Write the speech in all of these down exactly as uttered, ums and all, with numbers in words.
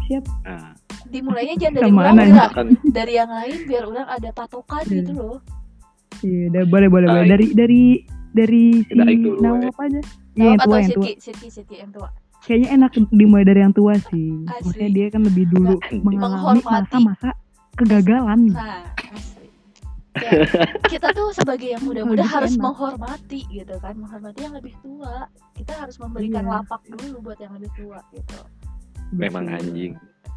siap. Nah, dimulainya jangan dari Sama orang anak. lah, kan dari yang lain biar orang ada patokan Iya. gitu loh. Iya, udah boleh boleh boleh. Baik. Dari dari dari si Baik dulu, Nawa ya. apa aja? Iya, Nah, yang atau tua, yang tua. Siti, Siti, Siti yang tua. Kayaknya enak dimulai dari yang tua sih. Maksudnya Asli. dia kan lebih dulu Nggak, mengalami menghormati. masa-masa kegagalan. Nah, asli. Kayak kita tuh sebagai yang muda-muda Lebih harus enak. menghormati gitu kan, menghormati yang lebih tua. Kita harus memberikan Iya. lapak dulu buat yang lebih tua gitu. memang Betul. anjing.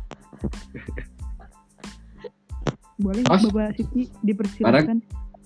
Boleh Mas? Bapak Siti dipersilakan.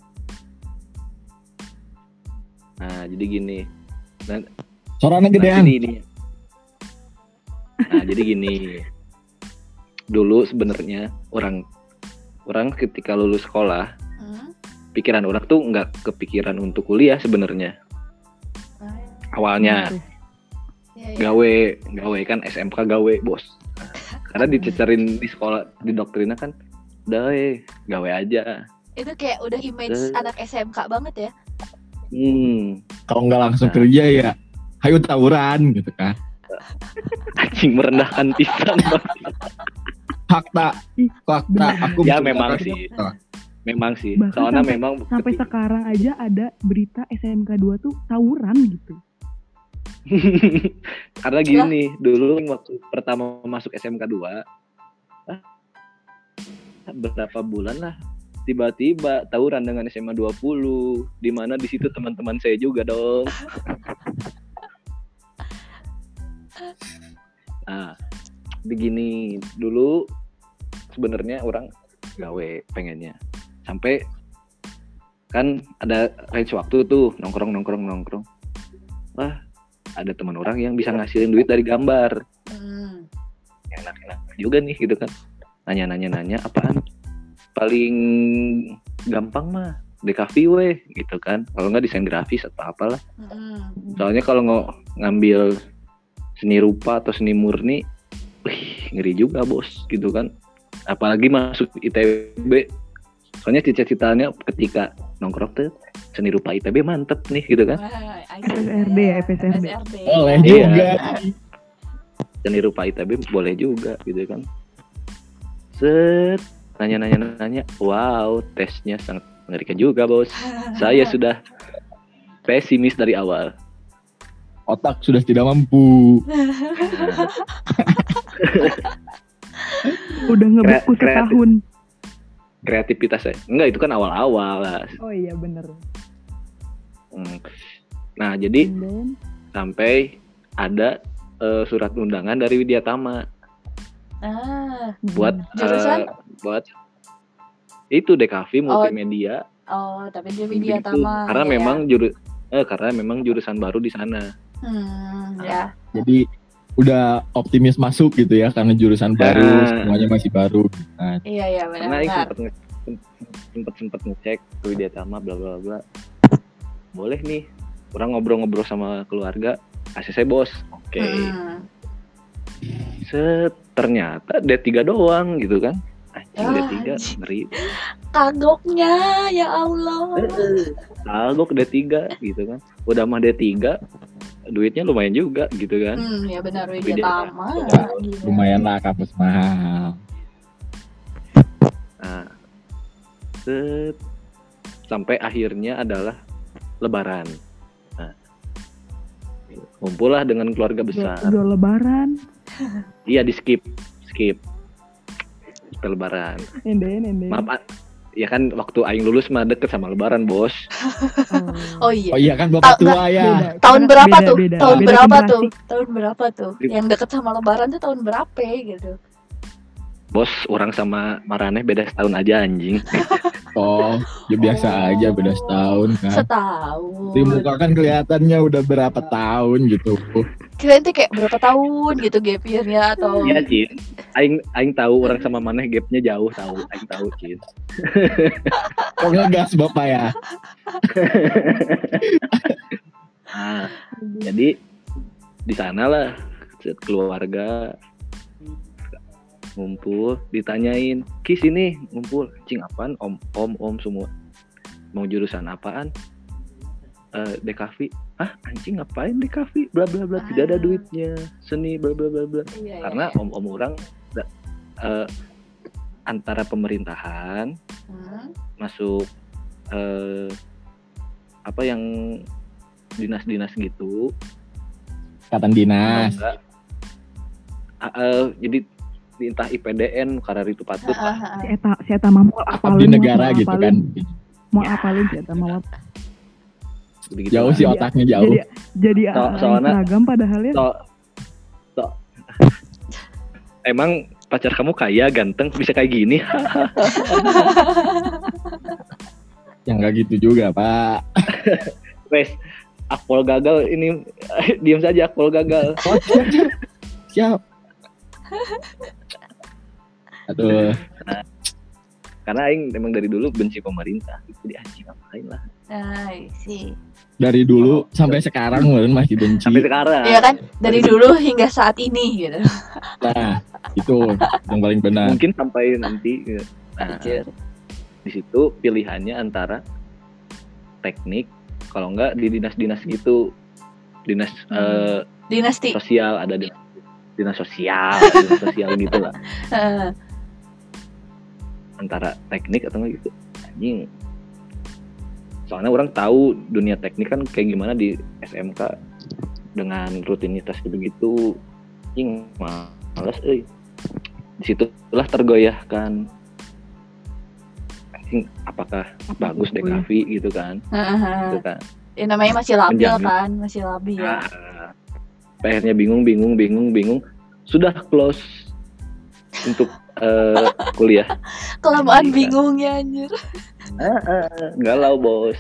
Nah, jadi gini. Nah, Suaranya nah, gedean. jadi ini. Nah, jadi gini. Dulu sebenarnya orang orang ketika lulus sekolah, Hmm? pikiran orang tuh nggak kepikiran untuk kuliah sebenarnya. Ah, Awalnya ya, ya. gawe, gawe kan S M K gawe, bos. Nah, karena dicecerin di sekolah, di doktrina kan, udah eh, gawe aja. Itu kayak udah image Eh. anak S M K banget ya. Hmm, Kalau nggak langsung Nah. kerja ya, hayu tawuran gitu kan. anjing merendahkan pisan. Bang. Fakta, Ih, fakta. bener. Aku Ya menceritakan memang sih. fakta. Memang sih. Bahkan Soalnya sampai- memang Sampai sekarang aja ada berita S M K dua tuh tawuran gitu. karena gini, dulu waktu pertama masuk S M K dua, ah, berapa bulan lah, tiba-tiba tawuran dengan S M A dua puluh, di mana di situ teman-teman saya juga dong. Nah, begini, dulu sebenarnya orang gawe pengennya, sampai kan ada range waktu tuh nongkrong nongkrong nongkrong. Wah, ada teman orang yang bisa ngasilin duit dari gambar. Hmm. Enak-enak juga nih gitu kan. Nanya-nanya-nanya apaan? Paling gampang mah D K V weh gitu kan. Kalau nggak desain grafis atau apalah. Hmm. Soalnya kalau nggak ngambil seni rupa atau seni murni, wih, ngeri juga bos gitu kan. Apalagi masuk I T B. Soalnya cita-citanya ketika nongkrong tuh seni rupa I T B mantep nih gitu kan. Wah, F S R D ya, F S R D. Boleh Iya. juga. Seni rupa I T B boleh juga gitu kan. Set, nanya-nanya-nanya, wow, tesnya sangat mengerikan juga bos. Saya sudah pesimis dari awal. Otak sudah tidak mampu. Udah ngebeku Kre- kreatif. setahun. Kreativitas saya, enggak itu kan awal-awal lah. Oh iya bener. Hmm. Nah jadi And then, sampai ada eh, surat undangan dari Widyatama Ah, buat Jurusan? eh, buat itu D K V multimedia. oh, tapi dia Gitu. Widyatama. Karena ya, memang juru eh karena memang jurusan baru di sana. ya. Hmm, ya. Jadi udah optimis masuk gitu ya, karena jurusan baru, Nah. semuanya masih baru. Nah, Iya, iya Karena Aing benar-benar. sempet nge- sempet sempet ngecek ke Widyatama bla bla bla. Boleh nih, orang ngobrol-ngobrol sama keluarga, A C C bos. Oke. Hmm. Set, ternyata D tiga doang gitu kan. Anjing Ah, D tiga anjing. ngeri. Kagoknya ya Allah. Kagok D tiga gitu kan. Udah mah D tiga, duitnya lumayan juga gitu kan. Hmm, ya benar Widyatama. Ya, Gila. lumayan lah kampus mahal. Nah, set, sampai akhirnya adalah Lebaran. Nah, ngumpullah dengan keluarga udah, besar. udah lebaran. Iya di skip, skip. Sampai Lebaran. And then, and then. Maaf, ah, ya kan waktu Aing lulus mah deket sama Lebaran bos. Oh iya. Oh iya kan bapak Tau- tua ya. Beda. Tahun Karena berapa beda, tuh? beda. Tahun Beda berapa generasi. tuh? Tahun berapa tuh? Yang deket sama Lebaran tuh tahun berapa gitu? Bos, orang sama Maraneh beda setahun aja anjing. Oh, ya biasa Oh. aja beda setahun kan. Setahun. Di muka kan kelihatannya udah berapa tahun gitu. Kirain tuh kayak berapa tahun gitu gap year-nya atau Iya Cin, Aing Aing tahu orang sama Maneh gapnya jauh tahu, Aing tahu Cin. Kok ngegas bapak ya? Nah, jadi di sana lah keluarga ngumpul, ditanyain, "Ki sini ngumpul, cing apaan? Om, om, om semua. Mau jurusan apaan?" Eh, D K V. Ah, anjing ngapain D K V? Bla bla bla, tidak ada Ah. duitnya. Seni bla bla bla bla. Iya, iya, Karena iya. om-om orang uh, antara pemerintahan Hmm. masuk uh, apa yang dinas-dinas gitu. Ikatan dinas. Enggak. Uh, uh, jadi di entah I P D N karena itu patut Ah, lah. ah, ah. Si eta si eta mah mau apalin. Abdi mau negara gitu kan. apalin. Mau apalin si eta mah. Begitu Jauh lah. sih otaknya jauh. Jadi jadi So- A A soalnya- seragam padahal ya. So, so. Emang pacar kamu kaya, ganteng, bisa kayak gini? Yang nggak gitu juga, Pak. Wes, akpol gagal ini. Diam saja, akpol gagal. Oh, siap, siap. Siap. Aduh, Karena Aing emang dari dulu benci pemerintah. Jadi anjing ngapain lah. I see. dari dulu sampai sekarang mungkin masih benci. Sampai sekarang. Iya kan, dari dulu hingga saat ini gitu. Nah, itu yang paling benar. Mungkin sampai nanti. Nah, Anjir. di situ pilihannya antara teknik, kalau enggak di dinas-dinas gitu, dinas Hmm. eh, Dinasti. sosial, ada dinas, dinas sosial, dinas sosial gitu lah. Heeh. Antara teknik atau enggak gitu, anjing. Soalnya orang tahu dunia teknik kan kayak gimana di S M K dengan rutinitas gitu-gitu, anjing males, euy. Di situlah tergoyahkan. Anjing, apakah bagus tuh, D K V gitu kan? Heeh. Gitu kan. Ya, namanya masih labil Menjamin. kan, masih labil. Nah, P R-nya bingung, bingung, bingung, bingung. Sudah close untuk eh, kuliah. Kelamaan Iya. bingungnya anjir. Ah, ah, galau bos,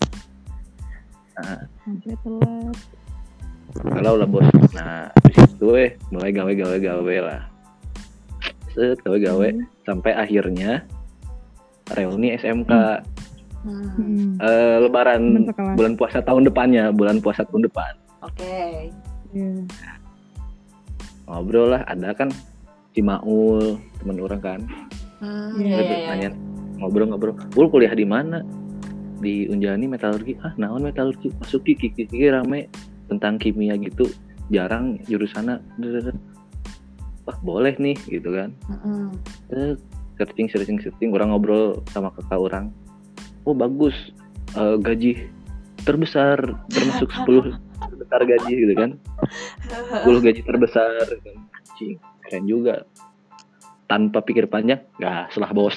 Sampai telat. galau lah bos. Nah, di situ eh mulai gawe, gawe, gawe lah. Set, gawe, gawe sampai akhirnya reuni S M K. Hmm. Hmm. Eh, lebaran Teman sekelas. bulan puasa tahun depannya, bulan puasa tahun depan. Oke. Iya. Ngobrol lah, ada kan si Maul, teman orang kan. Hmm, Iya, iya, Gitu, iya, iya. nanya, ngobrol-ngobrol. Ul kuliah di mana? Di Unjani metalurgi. Ah, naon metalurgi? Masuk ki ki ki rame tentang kimia gitu. Jarang jurusannya. Wah, boleh nih gitu kan. Mm-mm. Eh, searching searching searching orang ngobrol sama kakak orang. Oh, bagus. Eh, gaji terbesar termasuk sepuluh terbesar gaji gitu kan. sepuluh gaji terbesar kan. Anjing, keren juga. Tanpa pikir panjang, nggak salah bos.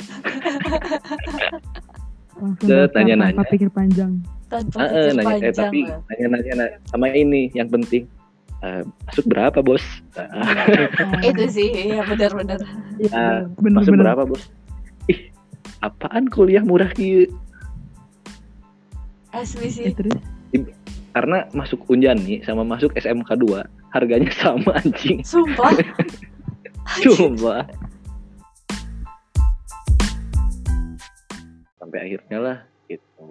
Langsung Set, daftar nanya-nanya. tanpa pikir panjang. Tanpa Ah, eh, pikir nanya, eh, panjang. tapi lah. nanya-nanya na- sama ini yang penting. Eh, masuk berapa bos? Ah, Itu sih, iya benar-benar. Iya, Ah, bener masuk bener. berapa bos? Ih, apaan kuliah murah kieu? Asli Ya, sih. terus Karena masuk Unjani sama masuk S M K dua harganya sama anjing. Sumpah. Coba. Sampai akhirnya lah gitu.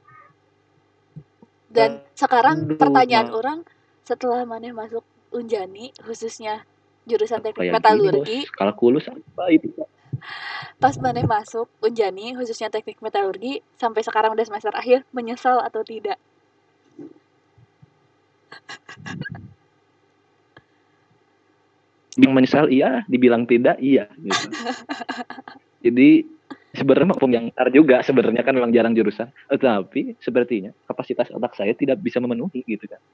Dan sekarang Aduh, pertanyaan Ma. orang, setelah Maneh masuk Unjani, khususnya jurusan teknik Kayak metalurgi, gini, bos. Kalkulus apa itu? pas Maneh masuk Unjani, khususnya teknik metalurgi, sampai sekarang udah semester akhir, menyesal atau tidak? Dibilang menyesal iya, dibilang tidak iya gitu. Jadi sebenarnya mau yang tar juga sebenarnya kan memang jarang jurusan, tetapi sepertinya kapasitas otak saya tidak bisa memenuhi gitu kan.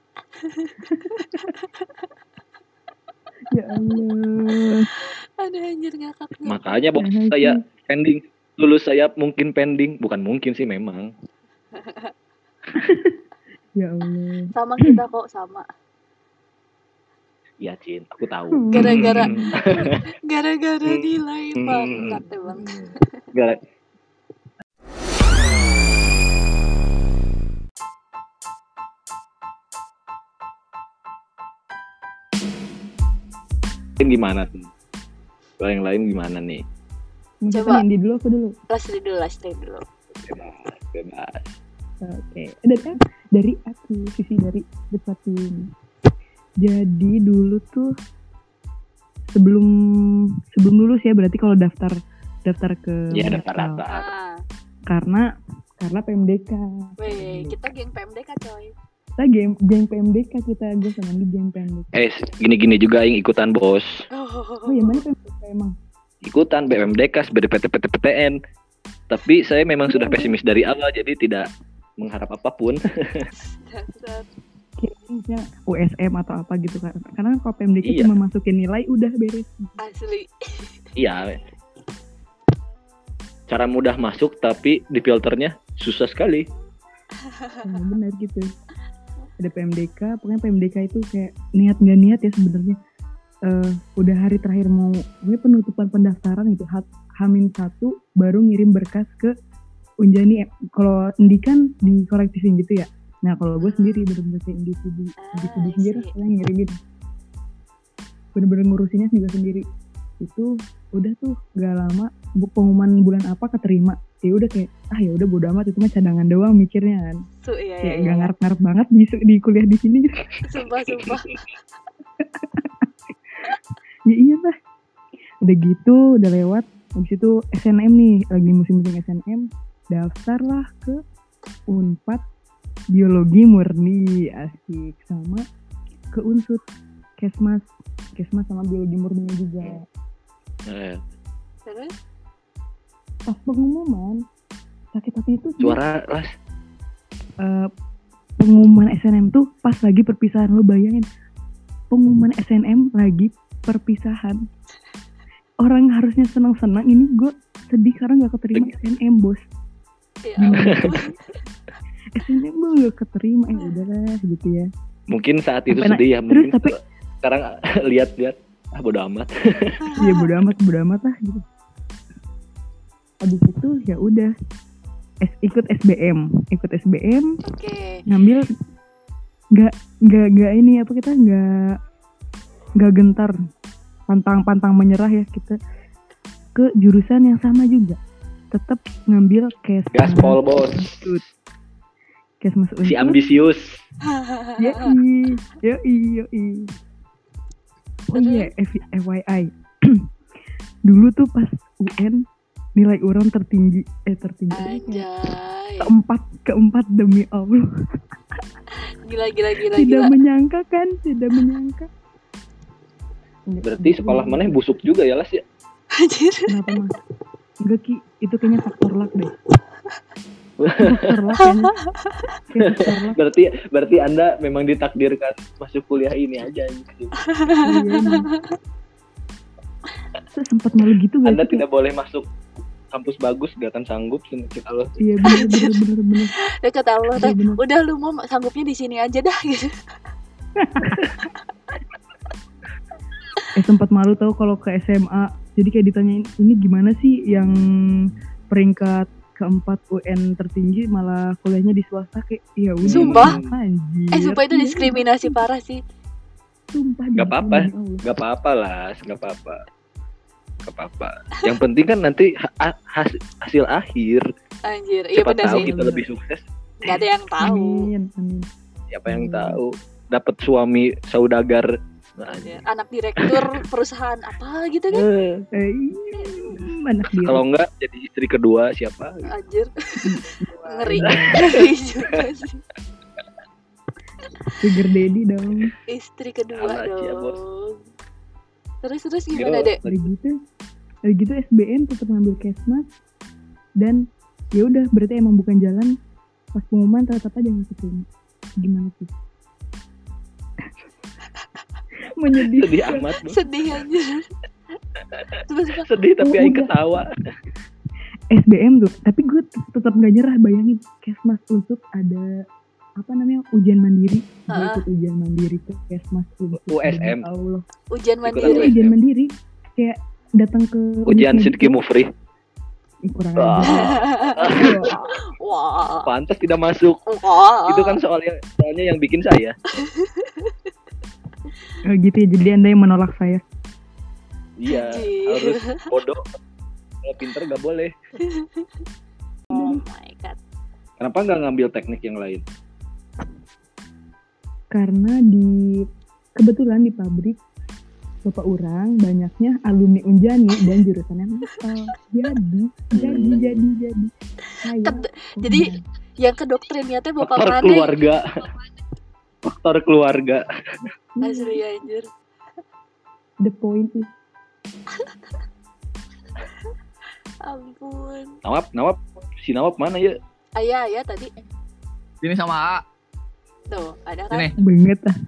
ya Allah. Aduh anjir ngakak. Makanya bos Ya, saya pending, lulus saya mungkin pending, bukan mungkin sih memang. Ya Allah. Sama kita kok, sama. Iya Cin, aku tahu. Gara-gara Hmm. gara-gara Hmm. nilai Hmm. banget emang. Gara- gimana tuh? Kalau yang lain gimana nih? Mungkin Coba. Indi dulu aku dulu. Lastri dulu, Lastri dulu. Bebas, bebas. Oke, dari dari aku sisi dari Depatin. Jadi dulu tuh sebelum sebelum lulus ya, berarti kalau daftar daftar ke Iya, Metal. daftar-daftar. Ah, Karena karena P M D K. weh, kita geng P M D K coy. Kita geng geng P M D K kita, gue sama Andi geng P M D K. Eh, gini-gini juga yang ikutan bos. Oh, Oh ya mana P M D K emang? Ikutan B M D K, B D P T P T P T N. Tapi saya memang sudah pesimis dari awal, jadi tidak mengharap apapun. Dasar. Kayaknya U S M atau apa gitu kan. Karena kalau P M D K Iya. cuma masukin nilai udah beres. Asli. Iya. Cara mudah masuk tapi di filternya susah sekali. Nah, benar gitu. Ada P M D K, pokoknya P M D K itu kayak niat nggak niat ya sebenarnya. Eh, udah hari terakhir mau gue penutupan pendaftaran itu H- Hamin satu baru ngirim berkas ke Unjani. Kalau Endi kan dikolektifin gitu ya. Nah kalau gue sendiri bener-bener kayak individu, individu Ah, sendiri I see. lah yang ngirimin. Bener-bener ngurusinnya juga sendiri. Itu udah tuh gak lama bu- pengumuman bulan apa keterima. Ya udah kayak ah ya udah bodo amat itu mah cadangan doang mikirnya kan. Su, iya, Kayak iya, gak iya. ngarep-ngarep banget di, di kuliah di sini. Sumpah, sumpah. Ya iya lah. Udah gitu udah lewat. Habis itu S N M nih lagi musim-musim S N M. Daftar lah ke Unpad Biologi Murni asik sama ke Unsut Kesmas Kesmas sama Biologi Murninya juga. Eh, Terus? Pas pengumuman sakit hati itu sih, suara Las. eh, pengumuman S N M tuh pas lagi perpisahan. Lo bayangin pengumuman S N M lagi perpisahan. Orang harusnya senang-senang, ini gue sedih karena gak keterima S N M bos. Ya Gimana? ampun. S N M gue gak keterima, eh udahlah gitu ya. Mungkin saat itu Apa, sedih ya, terus mungkin tapi- sekarang lihat-lihat ah bodo amat. Iya bodo amat, bodo amat lah gitu. Habis itu ya udah es, ikut S B M, ikut S B M Oke. ngambil nggak nggak nggak ini apa kita nggak nggak gentar pantang-pantang menyerah ya kita ke jurusan yang sama juga, tetap ngambil Kesmas Gaspol bos, Unsut. Kesmas si Unsut. ambisius. Yoi, yoi, yoi. Oh iya, F- F Y I. Dulu tuh pas U N nilai orang tertinggi, eh tertinggi Anjay. keempat, keempat demi Allah. Gila, gila, gila, Tidak gila. menyangka kan, tidak menyangka. Berarti sekolah mana yang busuk juga ya Las ya? Anjir. Kenapa mas? Enggak Ki, itu kayaknya faktor luck deh. Faktor luck kayaknya. Kayak faktor luck. Berarti berarti Anda memang ditakdirkan masuk kuliah ini aja gitu. Iya, emang. Saya sempat malu gitu gak Anda sih? tidak boleh masuk kampus bagus, gak akan sanggup kita lo. Iya bener bener bener bener. Ya kata Allah, Iya, teh, bener. udah lu mau sanggupnya di sini aja dah gitu. Eh sempat malu tau kalau ke S M A. Jadi kayak ditanyain ini gimana sih yang peringkat keempat U N tertinggi malah kuliahnya di swasta, kayak ya udah. Sumpah? Anjir. Eh sumpah itu Iya, diskriminasi parah sih. Sumpah. Gak demi apa-apa. Allah. Gak apa-apa Las, gak apa-apa. Gak apa-apa. Yang penting kan nanti ha- has- hasil akhir. Anjir, iya Siapa benar tahu sih. kita lebih sukses. Gak ada yang tahu. Amin, amin. Siapa yang Hmm. tahu? Dapat suami saudagar. Nah, Ya, anak direktur perusahaan apa gitu kan. eh, Eh, anak dia. kalau enggak jadi istri kedua siapa? Anjir. Ngeri. Ngeri juga sih. Sugar daddy dong. Istri kedua Alah, cia, dong. bos. Terus terus gimana, Gila. Dek? Dari gitu, dari gitu S B M tetap ngambil Kesmas dan ya udah berarti emang bukan jalan. Pas pengumuman tetap aja nggak keterima. Gimana sih? Menyedihkan. Sedih amat. Bos. Sedih anjir. Sumpah-sumpah. Sedih tapi Oh, aing udah. ketawa. S B M tuh, tapi gue tetap nggak nyerah. Bayangin Kesmas Unsut ada apa namanya ujian mandiri. Gue Ah. ikut ujian mandiri ke Kesmas Unsut. U S M. Demi Allah. Ujian Ikutan Iya, U S mandiri. M. ujian mandiri. Kayak datang ke Ujian unit Sidki itu, Mufri. ih, kurang Wah. aja. Wah. Pantas tidak masuk. Wah. Itu kan soalnya soalnya yang bikin saya. Oh, gitu ya, jadi anda yang menolak saya. Iya, Anjir. harus bodoh. Kalau pinter gak boleh. Oh my god. Kenapa nggak ngambil teknik yang lain? Karena di kebetulan di pabrik bapak orang banyaknya alumni Unjani dan jurusannya metal. Jadi, jadi, jadi, jadi. Saya Ked- jadi yang kedoktrinnya teh bapak Faktor mana? keluarga. Faktor keluarga. Asli anjir. the point is Ampun. Nawab, Nawab, si Nawab mana ya? Ayah, ayah tadi. Sini sama A. Tuh, ada kan? Sini. Banget ah.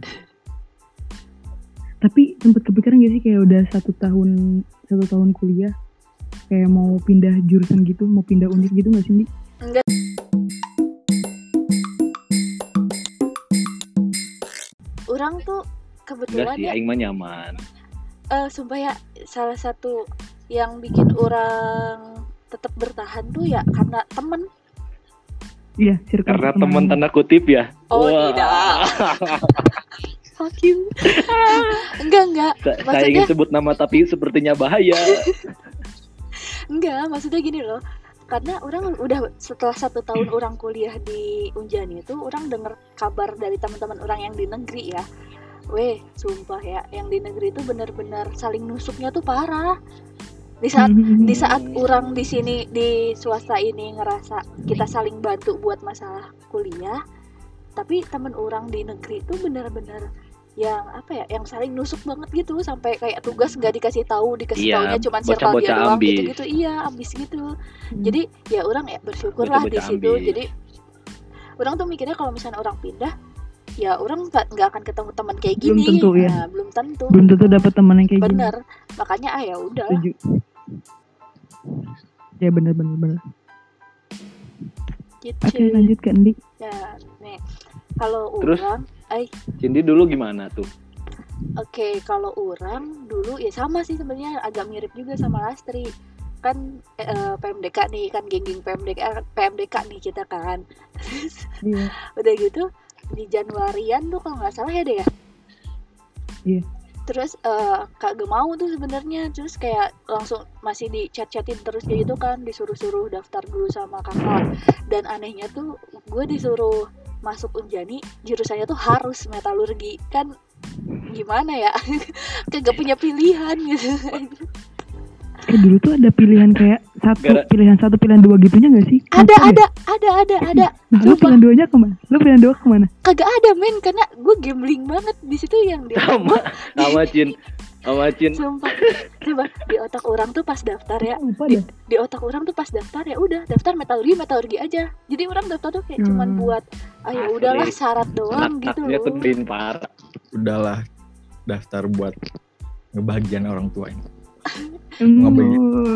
Tapi sempet kepikiran gak sih kayak udah satu tahun satu tahun kuliah kayak mau pindah jurusan gitu, mau pindah univ gitu nggak sih, Ndi? Enggak. Orang tuh Enggak kebetulan sih, ya, aing mah nyaman. eh sumpah ya, salah satu yang bikin orang tetap bertahan tuh ya karena temen. Iya, circle Karena teman pertemanan. tanda kutip ya. Oh, Wah. tidak. Fuck you. Enggak, enggak. Sa- Saya Maksudnya, ingin sebut nama tapi sepertinya bahaya. enggak, maksudnya gini loh. Karena orang udah setelah satu tahun orang kuliah di Unjani itu, orang dengar kabar dari teman-teman orang yang di negeri ya. Weh, sumpah ya, yang di negeri itu benar-benar saling nusuknya tuh parah. Di saat di saat orang di sini di swasta ini ngerasa kita saling bantu buat masalah kuliah, tapi teman orang di negeri itu benar-benar yang apa ya, yang saling nusuk banget gitu, sampai kayak tugas nggak dikasih tahu, dikasih Iya, taunya cuma circle dia bocah-bocah doang ambis. gitu-gitu. Iya, ambis gitu. Hmm. Jadi ya orang ya bersyukur lah di Bocah-bocah situ. ambis. Jadi orang tuh mikirnya kalau misalnya orang pindah, ya orang nggak nggak akan ketemu teman kayak Belum gini. tentu, ya. Nah, belum tentu. belum tentu dapat teman yang kayak Bener. Makanya ah ya udah. gini. Setuju. Ya benar benar benar. Gitu. Oke, lanjut ke Ndi. Ya, nih. Kalau Terus? orang, ay, Cindy dulu gimana tuh? oke, kalau orang dulu ya sama sih sebenarnya, agak mirip juga sama Lastri. Kan eh, P M D K nih, kan geng-geng P M D K, P M D K nih kita kan. Terus Iya. udah gitu di Januarian tuh kalau nggak salah ya deh ya. Iya. Terus eh, kagak mau tuh sebenarnya, terus kayak langsung masih di chat-chatin terus kayak gitu kan, disuruh-suruh daftar dulu sama kakak. Dan anehnya tuh gue disuruh masuk Unjani, jurusannya tuh harus metalurgi. Kan gimana ya, kagak punya pilihan gitu. Eh dulu tuh ada pilihan kayak satu Gara- pilihan satu pilihan dua gitunya nggak sih? ada Lupa deh. ada ada ada ada Nah, lu Sumpah. pilihan duanya kemana? Lu pilihan dua kemana? kagak ada men, karena gue gambling banget di situ yang di Sama, sama Cin, sama Cin. sumpah coba di otak orang tuh pas daftar ya, Lupa di, dah. di otak orang tuh pas daftar ya udah daftar metalurgi metalurgi aja. Jadi orang daftar tuh kayak Hmm. cuman buat ah ya Asli. udahlah syarat doang gitu Anak-anaknya tuh loh. brain parah. Udahlah daftar buat ngebahagiain orang tua ini. Hmm. Ngapain?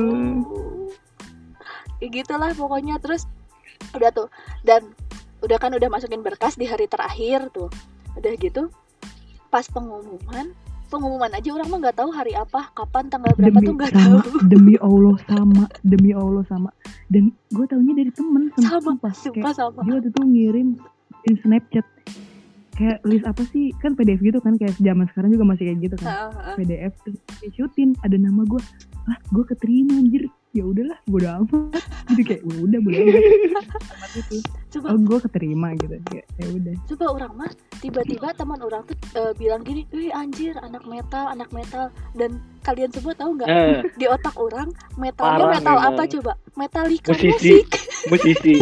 Ya gitulah pokoknya. Terus udah tuh, dan udah kan udah masukin berkas di hari terakhir tuh, udah gitu pas pengumuman pengumuman aja orang mah nggak tahu hari apa, kapan, tanggal berapa Demi tuh nggak sama, tahu. demi Allah sama, demi Allah sama. Dan gue taunya dari temen, Sama, sumpah. sumpah sama. Dia waktu itu ngirim di Snapchat kayak list apa sih, kan P D F gitu kan, kayak zaman sekarang juga masih kayak gitu kan. Heeh, heeh. P D F terus disutin ada nama gue, ah gue keterima anjir, ya udahlah bodo amat gitu, kayak "Ya udah bodo amat amat itu, Coba oh gue keterima gitu, kayak ya udah. coba orang mah tiba-tiba teman orang tuh eh, bilang gini, wih anjir anak metal anak metal, dan kalian semua tahu nggak Eh, di otak orang metalnya Parah metal memang. apa coba, Metallica Musisi. musik. musisi,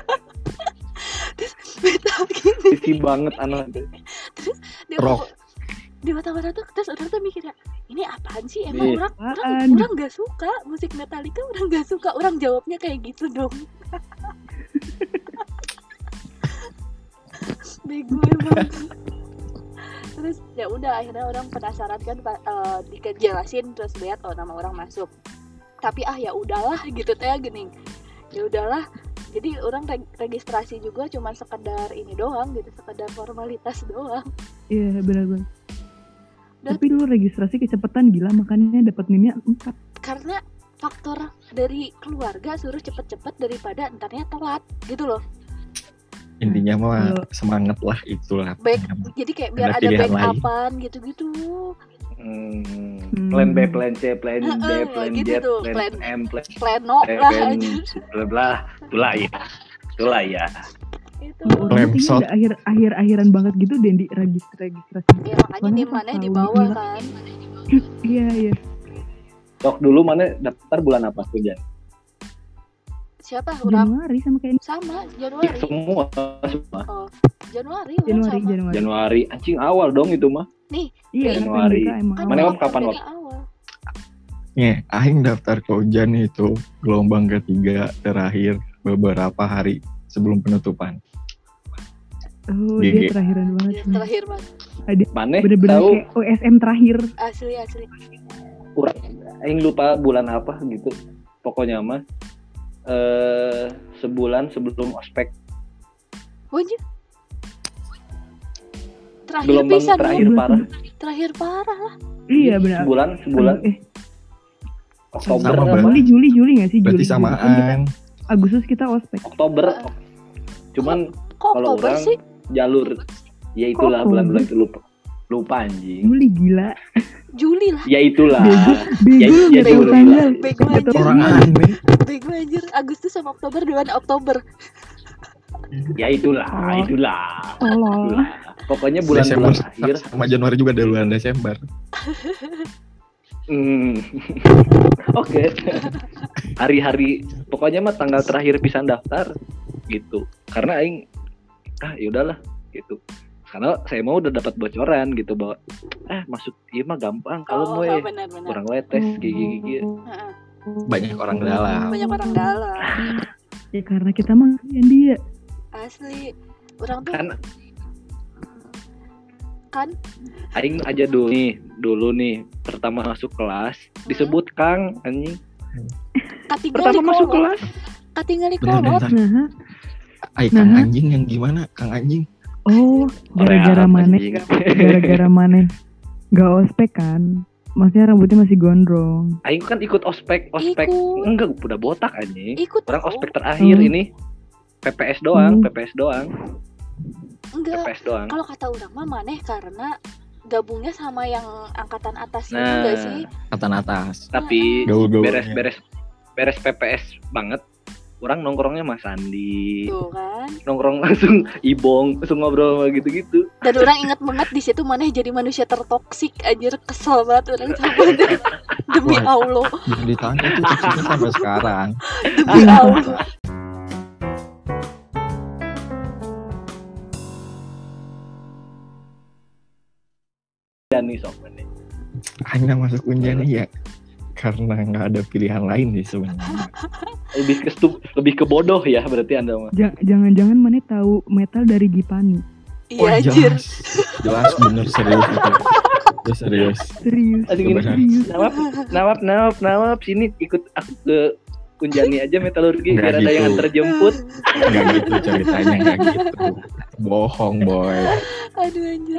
Metal gini musisi banget anak. di Rock. di otak-otak tuh. Terus orang tuh mikirnya ini apaan sih, emang Iya. orang orang Apaan? orang nggak suka musik Metallica, orang nggak suka. Orang jawabnya kayak gitu dong. Bego emang. Terus ya udah akhirnya orang penasaran kan, pa- eh, dijelasin terus lihat oh nama orang masuk. Tapi ah ya udahlah gitu teh gini. Ya udahlah. Jadi orang reg- registrasi juga cuma sekedar ini doang gitu, sekedar formalitas doang. Iya benar-benar. Dan- Tapi dulu registrasi kecepatan gila, makanya dapat nimnya empat. Karena faktor dari keluarga suruh cepet-cepet daripada entarnya telat gitu loh. Intinya mah Kalau- semangat lah itulah. Back, jadi kayak biar Ada ada pilihan backupan gitu-gitu. Hmm, Hmm. plan B, plan C, plan D, Heeh, plan gitu Z, tuh, plan plan- M, plan Pleno P, lah plan aja. bla bla, itulah ya, itulah ya. Itu. Kalau orang tuh Remsot. udah akhir akhir akhiran banget gitu deh di registrasi registrasi. Ya makanya Soalnya di pas mana di tahu bawah gila. kan. Iya iya. Tok dulu mana daftar bulan apa tuh Jan? Siapa orang Januari sama kayak sama Ih, Januari. semua, semua. Oh, Januari orang Januari sama. Januari. Januari, anjing awal dong itu mah. Nih, Iya, Januari. kan P M D K emang kan Mana awal. kamu kapan, P M D K Wak? awal. Nih, aing daftar ke Unjan itu gelombang ketiga terakhir beberapa hari sebelum penutupan. Oh, G G. dia terakhiran banget. Iya, nih. terakhir banget. Ada Maneh bener-bener tahu kayak O S M terakhir. Asli asli. kurang aing lupa bulan apa gitu. Pokoknya mah eh sebulan sebelum ospek. Wajib. Terakhir Gelombang pisan terakhir lu. parah. Terakhir parah lah. Iya benar. Sebulan sebulan Eh, Oktober Sama, apa? Bang. Juli Juli Juli nggak sih? Berarti Juli, Juli. Kan kita- samaan. Agustus kita ospek. Oktober. Cuman Kok kalau Oktober orang sih? jalur ya itulah Kok bulan-bulan itu lupa. Lupa anjing. Juli gila. Juli lah. Ya itulah. Bego Ya, lu ya nggak tahu Juli tanggal. lah. Bego Nggak tahu anjir. Orang tanggal. aneh. Bego anjir. Agustus sama Oktober duluan Oktober. Ya itulah, Oh. itulah. Tolol. Itulah. Pokoknya Desember bulan-bulan akhir. sama Januari juga ada bulan Desember. Hmm. Oke. Hari-hari pokoknya mah tanggal terakhir pisan daftar gitu. Karena aing ah yaudahlah gitu. Karena saya mau udah dapat bocoran gitu bahwa eh masuk ieu mah gampang kalau Oh, mau oh, benar benar. kurang we tes gigi-gigi. Heeh. Banyak orang dalam. Banyak orang dalam. Ya karena kita mah yang dia. Asli. Orang tuh Kan kan aing aja dulu nih, dulu nih pertama masuk kelas disebut Kang anjing. katinggali Pertama masuk kolot. kelas. Katinggali Bentar, kolot. bentar. Nah, Ay, Kang Nah. anjing yang gimana? Kang anjing. oh gara-gara Oreal, mana? anjing. Gara-gara mana? Gak ospek kan? Maksudnya rambutnya masih gondrong. Aing kan ikut ospek, ospek Ikut. enggak udah botak anjing. Ikut Orang tahu. ospek terakhir Hmm. ini P P S doang, Hmm. P P S doang, Enggak. P P S doang. Kalau kata orang mah maneh karena gabungnya sama yang angkatan atas gitu Nah, enggak sih? Katan atas. tapi Gaul-gaulnya. beres-beres beres P P S banget. Orang nongkrongnya Mas Sandi, Tuh kan. nongkrong langsung ibong, langsung ngobrol sama gitu-gitu. Dan orang ingat banget di situ maneh jadi manusia tertoksik anjir, kesel banget orang sama dia. Demi Wah. Allah, Yang ditanya itu toksiknya sampai sekarang. demi Allah. Dan nih sok meneh. Hanya masuk Unjan ya karena nggak ada pilihan lain sih sebenarnya. Lebih ke stup, lebih ke bodoh ya berarti Anda mah. Ja- Jangan-jangan mana tahu metal dari Gipani. Iya anjir. jelas, jelas bener serius itu. Itu serius. Serius. Anjing ini. Serius. Nawap, nawap, nawap, nawap sini ikut aku ke Kunjani aja metalurgi Nggak biar ada yang gitu. antar jemput. Nggak gitu ceritanya, nggak gitu. Bohong boy. Aduh anjir.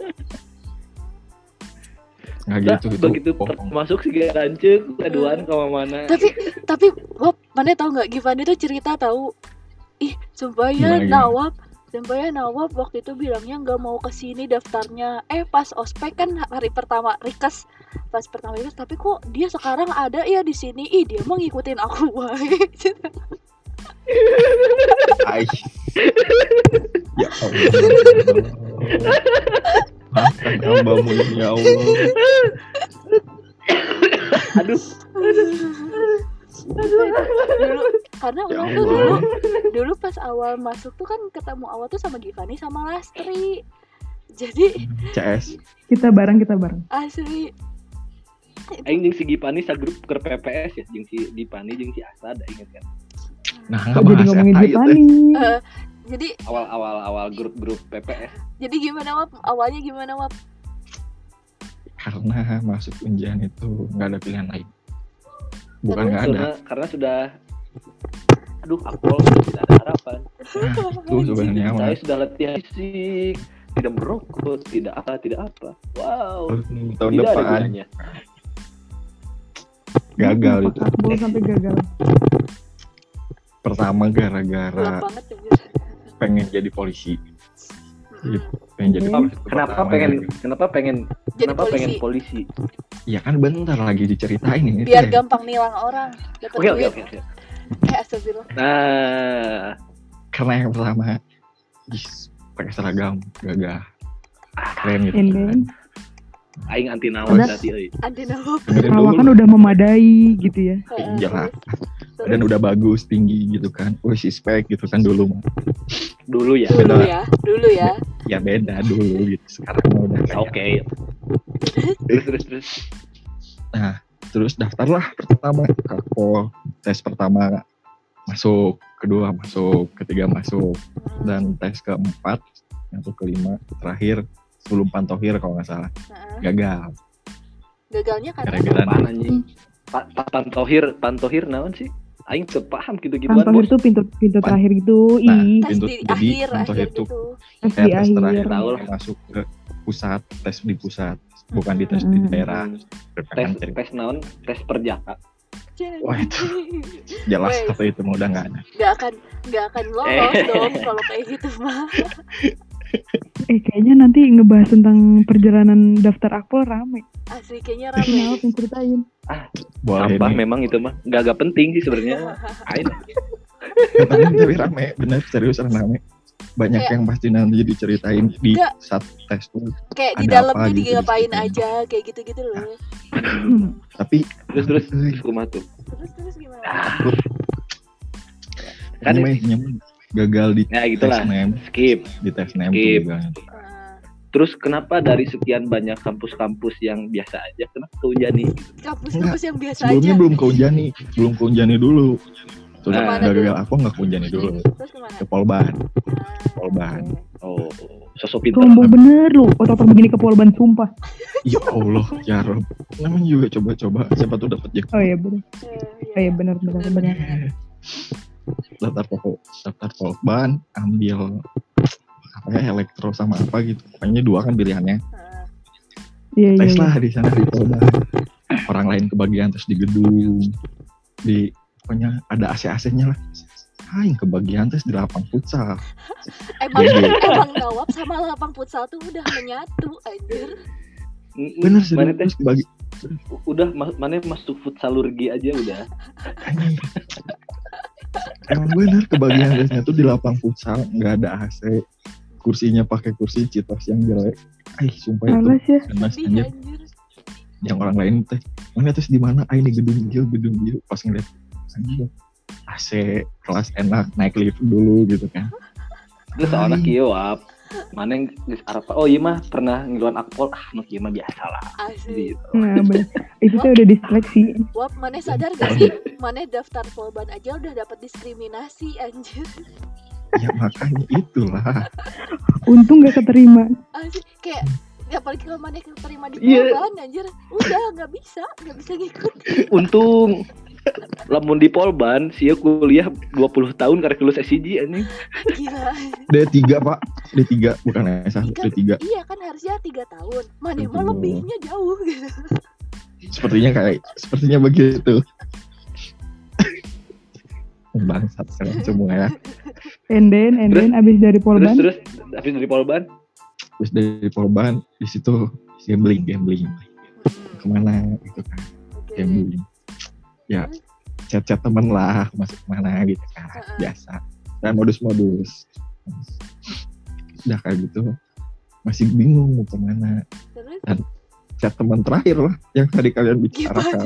Nggak Nah, gitu itu begitu per- bohong. masuk si Garancek, aduan ke mana. Tapi tapi Bob, maneh tahu nggak Giovanni tuh cerita tahu. Ih, sumpah ya Gimana, gimana? Nawab. Sumpah ya Nawab waktu itu bilangnya nggak mau kesini daftarnya. Eh pas ospek kan hari pertama Rikes. Pas pertama Rikes, tapi kok dia sekarang ada ya di sini. Ih, dia mau ngikutin aku baik. Ay. Ya Allah. Maafkan hambamu ini ya Allah. Aduh, dulu karena Ya orang tuh Allah. dulu dulu pas awal masuk tuh kan ketemu awal tuh sama Giovanni sama Lastri. Jadi C S. Kita bareng, kita bareng. asli aing jeung si Gipani sagrup ke P P S ya, jeung si Gipani jeung si Asad inget kan. Nah, Kok nggak jadi bahas ngomongin eta itu. Gipani? Eh, jadi Awal-awal awal grup-grup P P S. jadi gimana Wap? Awalnya gimana Wap? Karena masuk Unjan itu nggak ada pilihan lain. Bukan Terus? nggak ada. Karena, karena sudah aduh akpol tidak ada harapan. Nah, itu sebenarnya mah. Saya sudah latihan fisik, tidak merokok, tidak apa, tidak apa. Wow. Tahun Tidak ada depan gunanya. gagal Apa itu. Akbol sampai gagal. Pertama Gelap gara-gara banget anjir. pengen jadi polisi. Mm-mm. Pengen jadi Hmm. polisi. Kenapa Pertama pengen gara- kenapa pengen Jadi kenapa polisi. pengen polisi? Ya kan bentar lagi diceritain ini. Biar teh. gampang nilang orang, dapat Oke oke duit. oke. oke. Eh astagfirullah. Nah, Karena yang pertama is, pakai seragam gagah keren gitu. And kan. then aing anti naon Udah. tadi euy. Andi Nawab. Dengerin perawakan dulu. udah memadai gitu ya. Heeh, Jelas. terus. Dan udah bagus tinggi gitu kan. Wih si spek gitu kan dulu mah. Dulu ya. Dulu beda. ya, dulu ya. Ya beda dulu gitu. Sekarang mah udah kayak Oke. Terus terus terus. Nah, terus daftarlah pertama ke Akpol, tes pertama masuk, kedua masuk, ketiga masuk, dan tes keempat yang kelima terakhir sebelum pantohir kalau nggak salah Heeh. gagal. Gagalnya karena Gara-gara Apaan anjing? Pa- pa- Pantohir, pantohir naon sih? Aing teu paham gitu-gituan, Pantohir Bos. tuh pintu pintu Pan- terakhir gitu. Nah, Ih, tes pintu- di jadi akhir pantohir akhir tuh gitu. tes kayak di tes terakhir akhir. Tahu lah. masuk ke pusat, tes di pusat, bukan di tes di Mm-mm. daerah. Tes tes naon? Tes perjaka. Wah, itu. Jelas Wes. satu itu mah udah nggak ada. Gak akan gak akan lolos Eh. dong kalau kayak gitu mah. Eh kayaknya nanti ngebahas tentang perjalanan daftar Akpol rame. Asli kayaknya Kenapa rame. yang ceritain? Boleh Sampah nih. memang itu mah. Gak agak penting sih sebenarnya. Ain. Tapi tapi rame, bener serius rame. Banyak Kayak- yang pasti nanti diceritain di Enggak. saat tes tuh. Kayak di Ada dalamnya apa gitu digapain diceritain. aja kayak gitu-gitu loh. Tapi Terus terus eh, kumaha tuh. Terus terus gimana? Kan ini mah intinya mah gagal di ya tes gitulah. nem, Skip. di tes nem tuh Skip. gagalnya. Ah, Terus kenapa dari sekian banyak kampus-kampus yang biasa aja kenapa ke Unjani? kampus-kampus yang biasa Sebelumnya aja. belum ke Unjani, belum ke Unjani dulu. Terus Kemana gagal dulu? aku nggak ke Unjani dulu, Terus kemana? ke Polban, Ah, Polban. oke. Oh, sosok pintar. Sombong bener lu, otot begini ke Polban sumpah. Ya Allah, ya Rob. Namanya juga coba-coba, siapa tuh dapat jackpot. Oh iya bener. Eh, Oh iya bener bener bener. Daftar pokok, daftar Polban, ambil apa ya elektro sama apa gitu. Pokoknya dua kan pilihannya. Ah, Iya iya. Tes iya. lah di sana di Polban. Orang lain kebagian terus di gedung, di pokoknya ada A C A C-nya lah. Ah, yang kebagian tes di lapang futsal. Emang Jadi- emang Nawab sama lapang futsal tuh udah menyatu anjir. Bener sih, Mana teh terus kebagi. udah ma- mana masuk futsalurgi aja udah. Anjing. Emang bener kebagian tesnya tuh di lapang futsal, nggak ada A C. Kursinya pakai kursi citos yang jelek. Ay, sumpah itu. Alas ya. Panas Sedih anjir. anjir. Yang orang lain teh, mana tes di mana? Ah, ini gedung hijau, gedung hijau. Pas ngeliat, anjir. A C, kelas enak, naik lift dulu gitu kan. Terus soalnya kieu wap. Mana yang geus apa? Oh iya mah pernah ngiluan akpol. Ah, nu kieu mah biasa lah. Asli. Gitu. Nah bener. Itu tuh udah diseleksi. Wap, mana sadar gak sih? Mana daftar Polban aja udah dapat diskriminasi anjir. Ya makanya itulah. Untung gak keterima. Asli kayak apalagi kalau mana keterima di Iya. Polban anjir. Udah nggak bisa, nggak bisa ngikut. Untung lamun di Polban sia kuliah dua puluh tahun karek lulus S I G anjing. Gila. D tiga pak, D tiga bukan S satu, Kan- D tiga. Iya kan harusnya tiga tahun. Mana mah Aduh. lebihnya jauh gitu. Sepertinya kayak, sepertinya begitu. Bangsat kalian semua ya. And then, and then abis dari Terus Polban. terus habis dari Polban Terus dari Polban di situ gambling, gambling. Kemana gitu kan, Oke. gambling. Ya, chat-chat temen lah, masuk kemana gitu kan, Heeh. biasa. Dan modus-modus. Udah kayak gitu, masih bingung mau kemana. Terus Chat teman terakhir lah, yang tadi kalian gimana? bicarakan.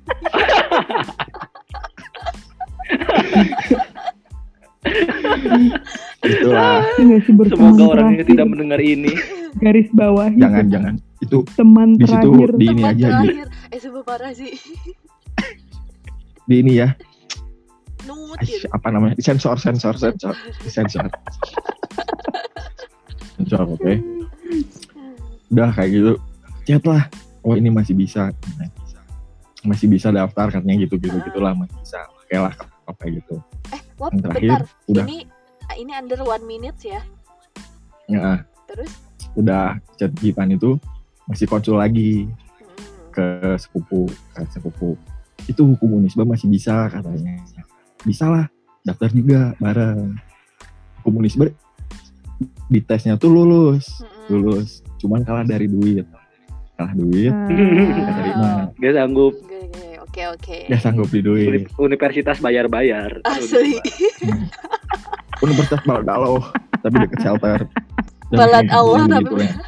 Itulah, Enggak sih berteman semoga orangnya terakhir. tidak mendengar ini. Garis bawah. jangan jangan. Itu Teman di situ terakhir. di ini Teman aja di, terakhir. Eh sumpah parah sih. di ini ya. Nut Aish, gitu. apa namanya? Sensor, sensor, sensor, sensor. Sensor, oke. Udah kayak gitu. Chat lah. Oh ini masih bisa, masih bisa daftar katanya gitu gitu gitulah masih bisa. Oke lah apa gitu. Eh, Wap, Yang terakhir bentar. udah Ini ini under one minute ya. ya, Terus udah chat Gipan itu masih konsul lagi hmm, ke sepupu, ke sepupu. Itu hukum Unisba masih bisa katanya. Bisa lah, daftar juga bareng. Hukum Unisba di tesnya tuh lulus, hmm, lulus. Cuman kalah dari duit, kalah duit, Ah. nggak terima, Gak sanggup. Oke, oke, oke, oke. nggak sanggup di duit. Uni- Universitas bayar-bayar. Asli. Universitas Balad tapi deket shelter. Dan Balad kayak Allah, gitu tapi- ya.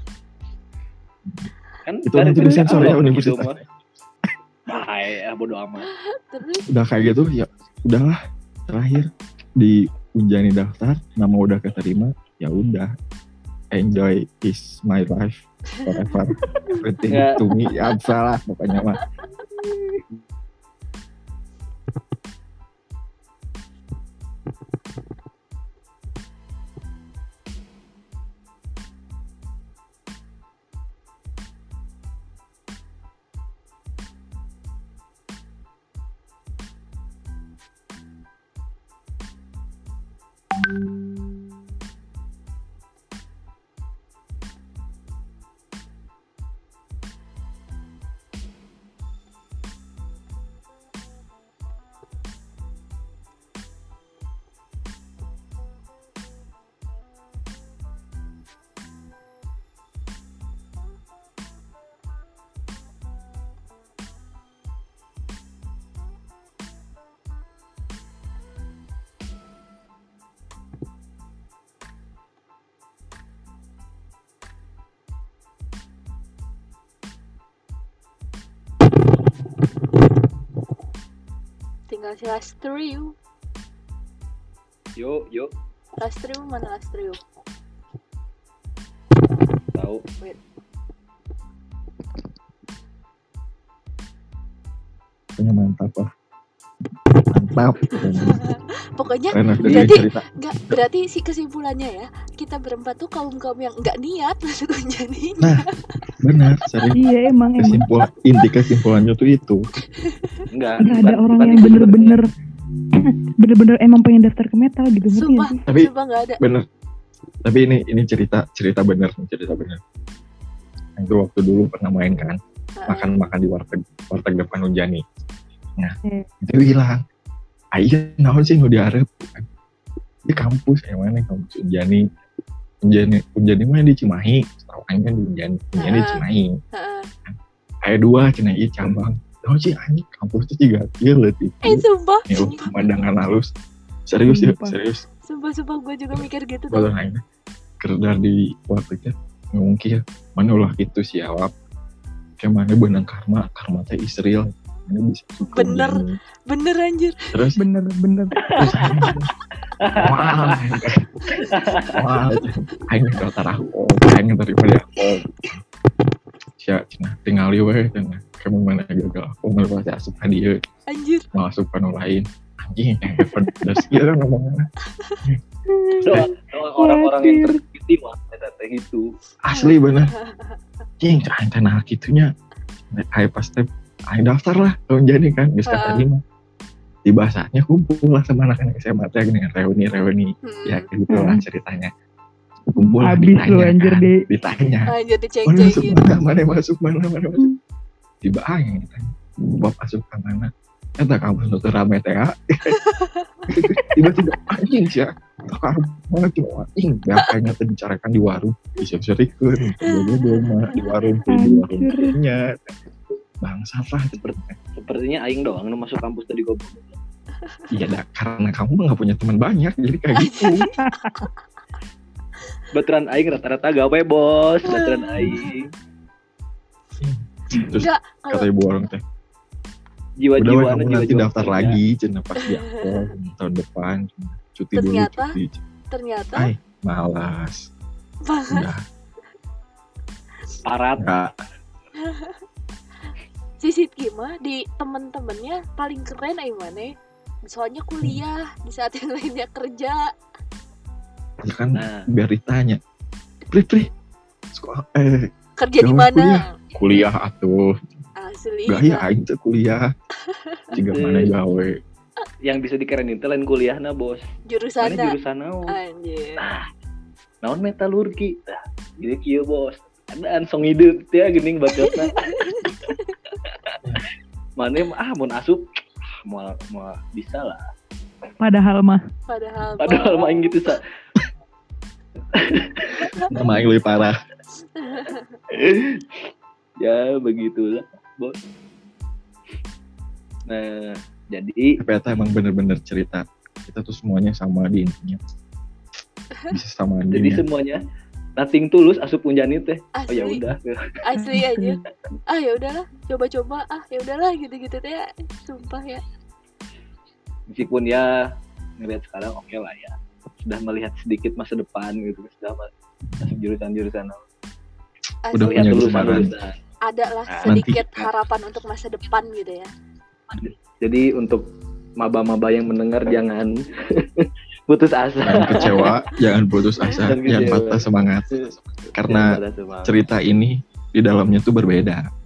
Kan Itu dari nanti dari disensor ya Allah universitas. gitu mah. Bahaya, bodo amat. Terus Udah kayak gitu ya udahlah, terakhir di Unjani daftar, nama udah keterima, ya udah, enjoy is my life forever, everything Ya. to me, ya salah pokoknya mah. Tinggal si Lastrio. Yuk, yuk. Lastrio mana Lastrio? Tahu. Wait. Pokoknya mantap lah. Mantap. Pokoknya Enak dari berarti cerita. enggak berarti si kesimpulannya ya, kita berempat tuh kaum-kaum yang enggak niat masuk Unjani. Nah, benar. Serius. Iya emang emang Kesimpulan, inti kesimpulannya tuh itu. Enggak. nggak ada bukan- orang bukan yang itu bener-bener bener-bener emang pengen daftar ke metal gitu ngerti Sumpah, nggak sih? Tapi sumpah enggak ada. bener. Tapi ini ini cerita cerita bener, cerita bener. Itu waktu dulu pernah main kan, Heeh. makan-makan di warteg warteg depan Unjani. Nah, Hmm. dia bilang, "Ayo, naon sih nu diarep?" Di kampus, yang mana kampus Unjani. Unjani, Unjani mah di Cimahi, setahu aing kan di Unjani, Unjani di Ah. Cimahi. Heeh. Aya dua cenah ieu cabang. Naon sih anjing kampus teh tiga ieu leutik. Eh sumpah, Ya sumpah, pemandangan halus. Serius ya, Sumpah. serius. sumpah, sumpah gue juga mikir gitu tuh. Badan aing kerja di wartegnya ngungkir mana ulah gitu sih awap. Kayak mana benang karma, karma teh Israel. Mana bisa suka Bener. Unjani. Bener anjir. Terus bener bener terus aing wah wah aing daftar aku aing daripada aku sia cenah tinggali we cenah kamu mana gagal aku malah asup ka dieu Anjir. malah asup ka nu lain anjing yang pedas ieu kan ngomongna Doang, doang orang-orang yang tersakiti mah eta teh gitu. asli bener cing aing teh nah kitunya aing pas teh aing daftar lah tahun jadi kan geus Heeh. keterima tiba saatnya kumpul lah sama anak-anak S M A teh dengan reuni-reuni Hmm. ya kayak gitu lah ceritanya kumpul lah, Abis ditanya lu, anjir, kan, Di. ditanya Anjir mana masuk diceng-cengin. mana mana masuk mana mana masuk tiba aing ditanya bapak masuk ke mana eta kamu nu teu rame teh ah. Tiba-tiba anjing sih kakak mana tuh anjing ya kayaknya teh dibicarakan di warung bisa serikeun gue mah di warung teh di warung Anjir. nya bangsat lah Seperti, sepertinya aing doang nu masuk kampus tadi goblok. iya dah karena kamu nggak punya teman banyak jadi kayak gitu. Baturan aing rata-rata gawe, Bos. Baturan aing. Terus Enggak, kata kalau ibu orang teh udah weh, Jiwa-jiwa kamu nanti daftar lagi cina pas di Akpol tahun depan cuti dulu Ternyata? cuti ternyata ay malas udah parat. enggak si Sidki mah di temen-temennya paling keren aing maneh. Soalnya kuliah di saat yang lainnya kerja. ya kan Nah, biar ditanya pri pri sekolah eh Kerja di Jangan mana? kuliah. kuliah atuh Asli. gak ya aing teh kuliah jika mana gawe yang bisa dikerenin teh lain kuliahna, Bos. Mana Jurusanna. jurusan naon? Anjir. Naon metalurgi. Tah, gini kieu, Bos. Adaan song hidup teh geuning bacotna. Mane ah mun asup ah, moal moal bisa lah. padahal mah Padahal. Padahal mah aing gitu sa. nama aing lebih parah Ya begitulah, Bos. Nah, jadi tapi eta emang bener-bener cerita kita tuh semuanya sama di intinya bisa sama jadi di semuanya nothing tulus asup Unjani teh. Oh ya Asli. udah. Asli aja. Ah ya udahlah, coba-coba. Ah ya udahlah gitu-gitu teh. Sumpah ya. Meskipun ya ngelihat sekarang oke lah ya. Sudah melihat sedikit masa depan gitu, sudah masuk jurusan-jurusan. Asli. Udah Lihat punya lulusan gambaran. lulusan. Ada lah Nah, sedikit nanti- harapan untuk masa depan gitu ya. Jadi untuk maba-maba yang mendengar jangan putus asa. jangan kecewa jangan putus asa Jangan jangan kecewa. patah semangat karena Jangan pada semangat. cerita ini di dalamnya tuh berbeda